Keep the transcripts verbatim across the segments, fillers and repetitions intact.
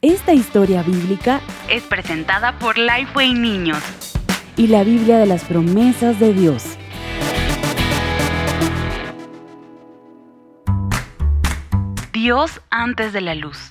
Esta historia bíblica es presentada por Lifeway Niños y la Biblia de las promesas de Dios. Dios antes de la luz.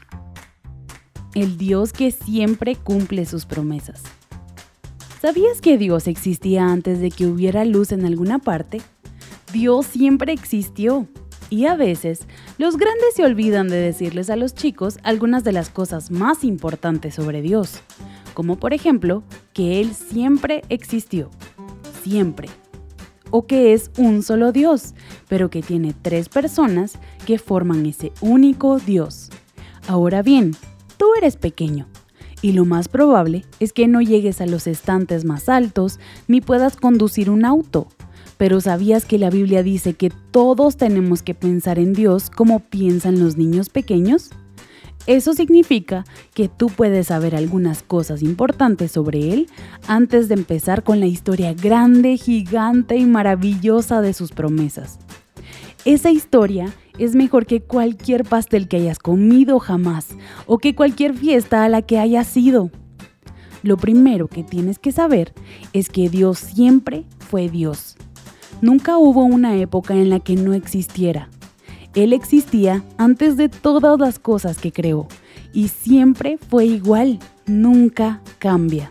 El Dios que siempre cumple sus promesas. ¿Sabías que Dios existía antes de que hubiera luz en alguna parte? Dios siempre existió. Y a veces, los grandes se olvidan de decirles a los chicos algunas de las cosas más importantes sobre Dios, como por ejemplo, que Él siempre existió, siempre. O que es un solo Dios, pero que tiene tres personas que forman ese único Dios. Ahora bien, tú eres pequeño, y lo más probable es que no llegues a los estantes más altos ni puedas conducir un auto. Pero ¿sabías que la Biblia dice que todos tenemos que pensar en Dios como piensan los niños pequeños? Eso significa que tú puedes saber algunas cosas importantes sobre Él antes de empezar con la historia grande, gigante y maravillosa de sus promesas. Esa historia es mejor que cualquier pastel que hayas comido jamás o que cualquier fiesta a la que hayas ido. Lo primero que tienes que saber es que Dios siempre fue Dios. Nunca hubo una época en la que no existiera. Él existía antes de todas las cosas que creó y siempre fue igual, nunca cambia.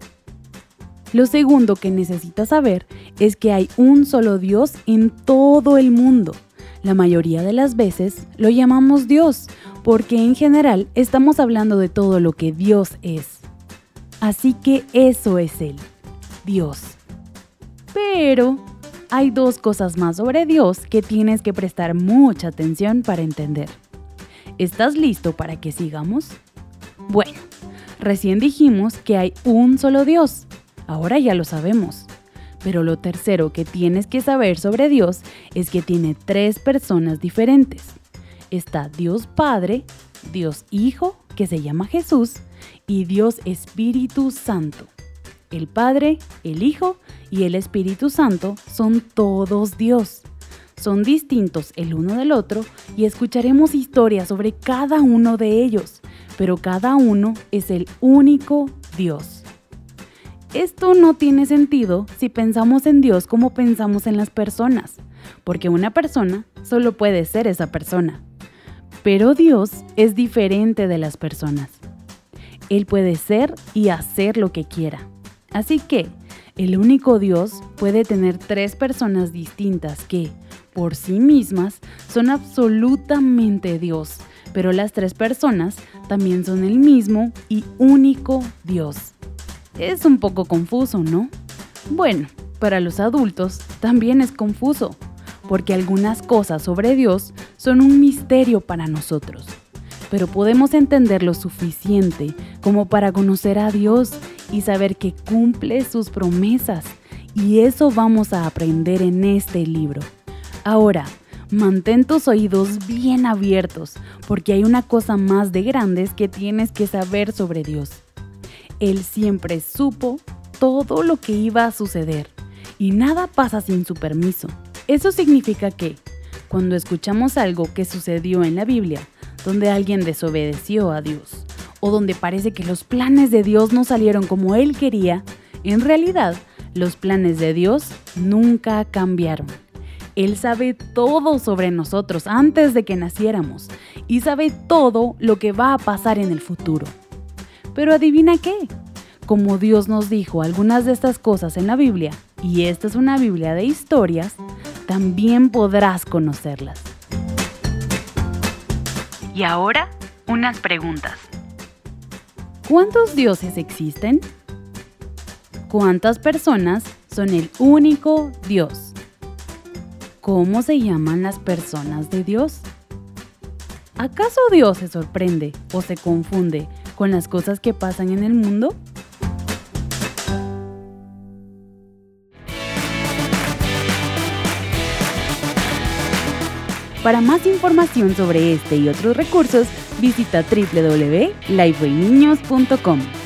Lo segundo que necesitas saber es que hay un solo Dios en todo el mundo. La mayoría de las veces lo llamamos Dios, porque en general estamos hablando de todo lo que Dios es. Así que eso es Él, Dios. Pero hay dos cosas más sobre Dios que tienes que prestar mucha atención para entender. ¿Estás listo para que sigamos? Bueno, recién dijimos que hay un solo Dios. Ahora ya lo sabemos. Pero lo tercero que tienes que saber sobre Dios es que tiene tres personas diferentes. Está Dios Padre, Dios Hijo, que se llama Jesús, y Dios Espíritu Santo. El Padre, el Hijo y el Espíritu Santo son todos Dios. Son distintos el uno del otro y escucharemos historias sobre cada uno de ellos, pero cada uno es el único Dios. Esto no tiene sentido si pensamos en Dios como pensamos en las personas, porque una persona solo puede ser esa persona. Pero Dios es diferente de las personas. Él puede ser y hacer lo que quiera. Así que, el único Dios puede tener tres personas distintas que, por sí mismas, son absolutamente Dios, pero las tres personas también son el mismo y único Dios. Es un poco confuso, ¿no? Bueno, para los adultos también es confuso, porque algunas cosas sobre Dios son un misterio para nosotros. Pero podemos entender lo suficiente como para conocer a Dios y saber que cumple sus promesas. Y eso vamos a aprender en este libro. Ahora, mantén tus oídos bien abiertos, porque hay una cosa más de grandes que tienes que saber sobre Dios. Él siempre supo todo lo que iba a suceder, y nada pasa sin su permiso. Eso significa que, cuando escuchamos algo que sucedió en la Biblia, donde alguien desobedeció a Dios, o donde parece que los planes de Dios no salieron como Él quería, en realidad, los planes de Dios nunca cambiaron. Él sabe todo sobre nosotros antes de que naciéramos, y sabe todo lo que va a pasar en el futuro. Pero ¿adivina qué? Como Dios nos dijo algunas de estas cosas en la Biblia, y esta es una Biblia de historias, también podrás conocerlas. Y ahora, unas preguntas. ¿Cuántos dioses existen? ¿Cuántas personas son el único Dios? ¿Cómo se llaman las personas de Dios? ¿Acaso Dios se sorprende o se confunde con las cosas que pasan en el mundo? Para más información sobre este y otros recursos, visita doble u doble u doble u punto lifeway niños punto com.